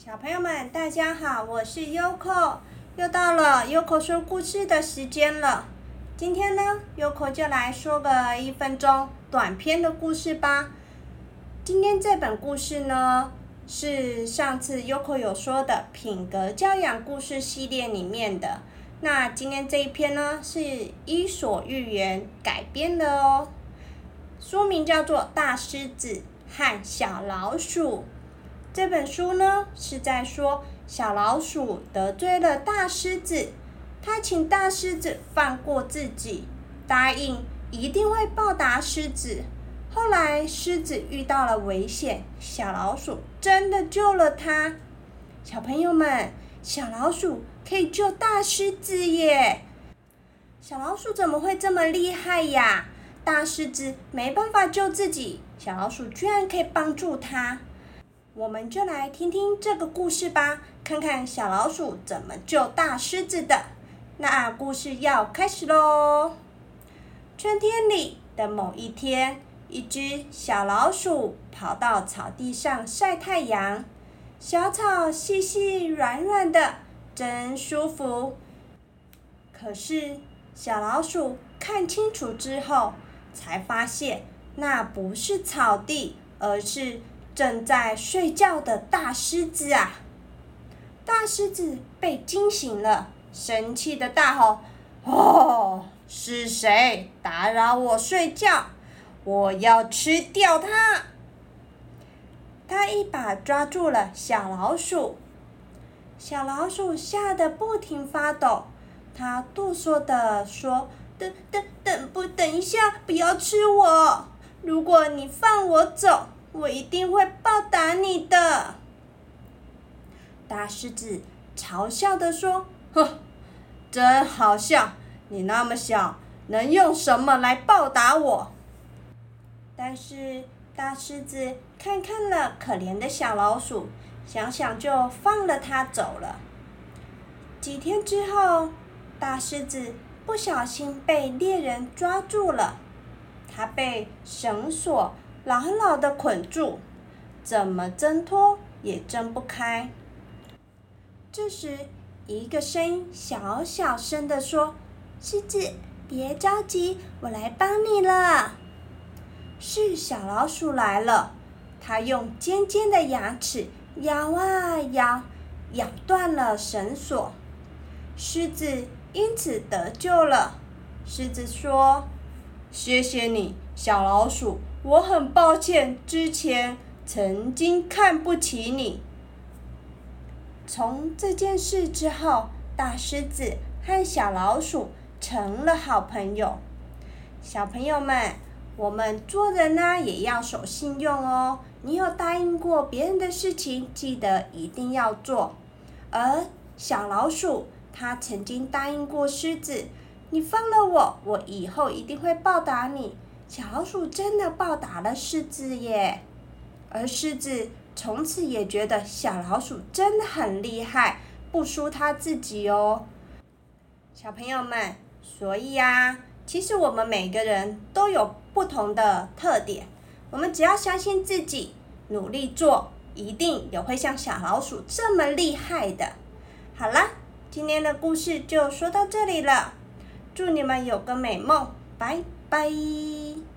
小朋友们，大家好，我是 Yoko， 又到了 Yoko 说故事的时间了。今天呢 ，Yoko 就来说个1分钟短篇的故事吧。今天这本故事呢，是上次 Yoko 有说的品格教养故事系列里面的。那今天这一篇呢，是伊索寓言改编的哦。书名叫做《大狮子和小老鼠》。这本书呢，是在说小老鼠得罪了大狮子，他请大狮子放过自己，答应一定会报答狮子。后来狮子遇到了危险，小老鼠真的救了他。小朋友们，小老鼠可以救大狮子耶！小老鼠怎么会这么厉害呀？大狮子没办法救自己，小老鼠居然可以帮助他。我们就来听听这个故事吧，看看小老鼠怎么救大狮子的。那故事要开始咯。春天里的某一天，一只小老鼠跑到草地上晒太阳，小草细细软软的，真舒服。可是小老鼠看清楚之后，才发现那不是草地，而是正在睡觉的大狮子啊！大狮子被惊醒了，生气的大吼：“哦，是谁打扰我睡觉？我要吃掉它！”他一把抓住了小老鼠，小老鼠吓得不停发抖，它哆嗦地说：“等一下，不要吃我！如果你放我走，我一定会报答你的。”大狮子嘲笑地说：“哼，真好笑！你那么小，能用什么来报答我？”但是大狮子看看了可怜的小老鼠，想想就放了它走了。几天之后，大狮子不小心被猎人抓住了，它被绳索牢牢地捆住，怎么挣脱也挣不开。这时，一个声音小小声地说：“狮子，别着急，我来帮你了。”是小老鼠来了，它用尖尖的牙齿咬啊咬，咬断了绳索。狮子因此得救了。狮子说：“谢谢你，小老鼠，我很抱歉之前曾经看不起你。”从这件事之后，大狮子和小老鼠成了好朋友。小朋友们，我们做人呢，也要守信用哦。你有答应过别人的事情，记得一定要做。而小老鼠，它曾经答应过狮子：“你放了我，我以后一定会报答你。”小老鼠真的报答了狮子耶。而狮子从此也觉得小老鼠真的很厉害，不输它自己哦。小朋友们，所以啊，其实我们每个人都有不同的特点，我们只要相信自己，努力做，一定也会像小老鼠这么厉害的。好啦，今天的故事就说到这里了，祝你们有个美梦，拜拜。